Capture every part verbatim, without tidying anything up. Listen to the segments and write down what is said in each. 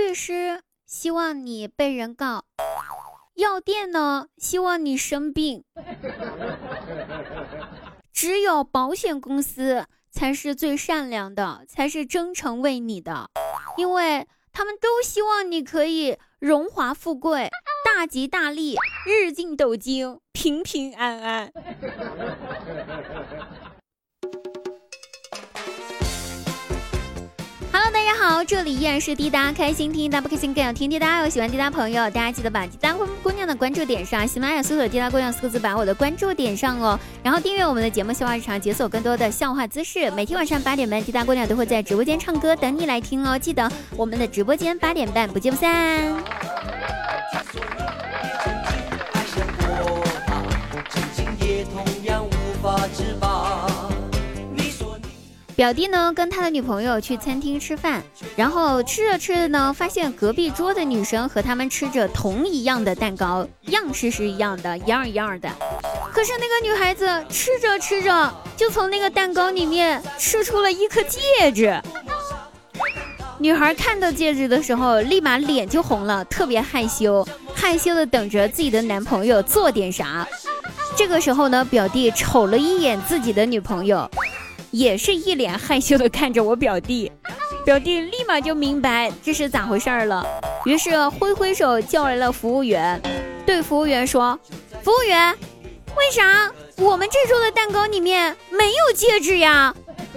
律师希望你被人告，药店呢希望你生病。只有保险公司才是最善良的，才是真诚为你的，因为他们都希望你可以荣华富贵，大吉大利，日进斗金，平平安安。Hello， 大家好，这里依然是滴答开心听，滴答不开心更要听。滴答有喜欢滴答朋友，大家记得把滴答姑娘的关注点上，喜马拉雅搜索滴答姑娘四个字，把我的关注点上哦。然后订阅我们的节目笑话日常，解锁更多的笑话姿势。每天晚上八点半，滴答姑娘都会在直播间唱歌，等你来听哦。记得我们的直播间八点半不见不散。表弟呢跟他的女朋友去餐厅吃饭，然后吃着吃着呢，发现隔壁桌的女生和他们吃着同一样的蛋糕，样式是一样的，一样一样的。可是那个女孩子吃着吃着，就从那个蛋糕里面吃出了一颗戒指。女孩看到戒指的时候，立马脸就红了，特别害羞，害羞的等着自己的男朋友做点啥。这个时候呢，表弟瞅了一眼自己的女朋友，也是一脸害羞的看着我表弟，表弟立马就明白这是咋回事了，于是挥挥手叫来了服务员，对服务员说：服务员，为啥我们这桌的蛋糕里面没有戒指呀？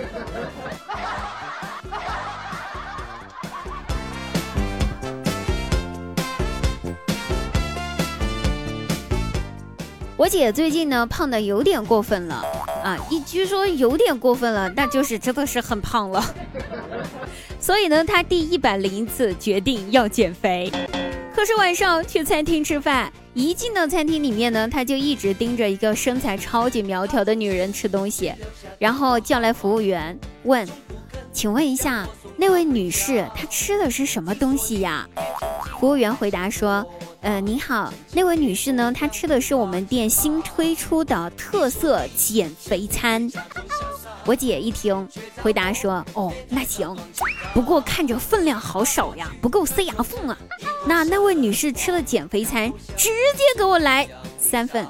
我姐最近呢胖的有点过分了啊，一据说有点过分了，那就是真的是很胖了。所以呢，她第一百零一次决定要减肥。可是晚上去餐厅吃饭，一进到餐厅里面呢，她就一直盯着一个身材超级苗条的女人吃东西，然后叫来服务员问：请问一下，那位女士她吃的是什么东西呀？服务员回答说：呃，你好，那位女士呢，她吃的是我们店新推出的特色减肥餐。我姐一听，回答说：哦，那行，不过看着分量好少呀，不够塞牙缝啊。那那位女士吃了减肥餐，直接给我来三份。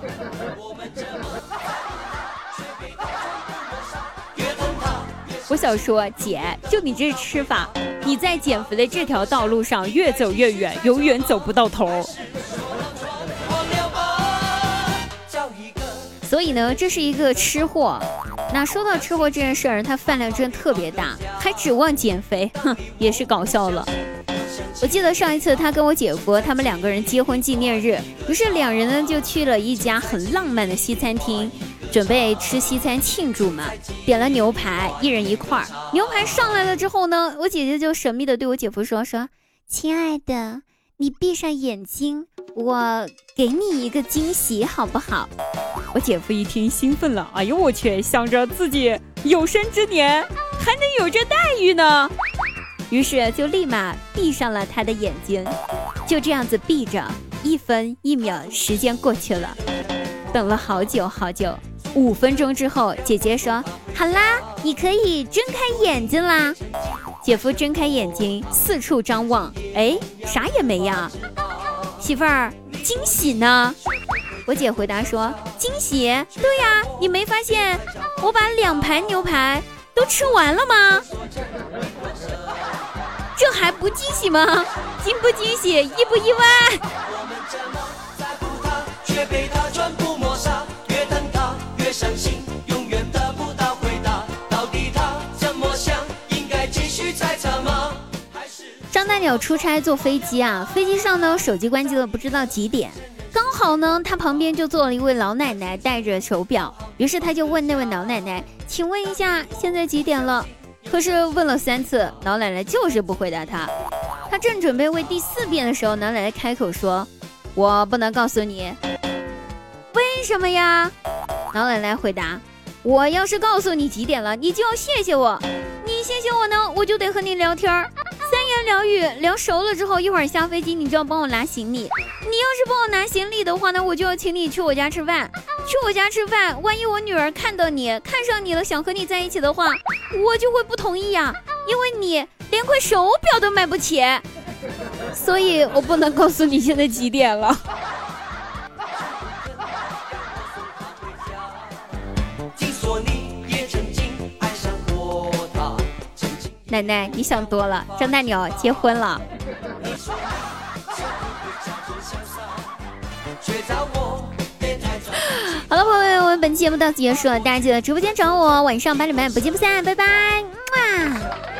我想说，姐，就你这吃法，你在减肥的这条道路上越走越远，永远走不到头。所以呢，这是一个吃货。那说到吃货这件事儿，他饭量真特别大，还指望减肥，哼，也是搞笑了。我记得上一次他跟我姐夫他们两个人结婚纪念日，于是两人呢就去了一家很浪漫的西餐厅，准备吃西餐庆祝嘛，点了牛排，一人一块。牛排上来了之后呢，我姐姐就神秘的对我姐夫说说：亲爱的，你闭上眼睛，我给你一个惊喜好不好？我姐夫一听兴奋了，哎呦我去，想着自己有生之年还能有这待遇呢，于是就立马闭上了他的眼睛。就这样子闭着，一分一秒时间过去了，等了好久好久。五分钟之后，姐姐说：好啦，你可以睁开眼睛啦。姐夫睁开眼睛，四处张望，哎，啥也没呀。媳妇儿，惊喜呢？我姐回答说：惊喜？对呀，你没发现我把两盘牛排都吃完了吗？这还不惊喜吗？惊不惊喜，意不意外？伤心，永远得不到回答，到底他怎么想？应该继续猜测吗？张大鸟出差坐飞机啊，飞机上呢手机关机了，不知道几点，刚好呢他旁边就坐了一位老奶奶，带着手表，于是他就问那位老奶奶：请问一下现在几点了？可是问了三次，老奶奶就是不回答他。他正准备问第四遍的时候，老奶奶开口说：我不能告诉你。为什么呀？老奶奶回答：我要是告诉你几点了，你就要谢谢我，你谢谢我呢，我就得和你聊天，三言两语聊熟了之后，一会儿下飞机你就要帮我拿行李，你要是帮我拿行李的话呢，我就要请你去我家吃饭，去我家吃饭，万一我女儿看到你看上你了，想和你在一起的话，我就会不同意呀，因为你连块手表都买不起。 所以我不能告诉你现在几点了。奶奶，你想多了，张大鸟结婚了。好了，朋友们，本期节目到此结束了，大家记得直播间找我，晚上八点半不见不散，拜拜。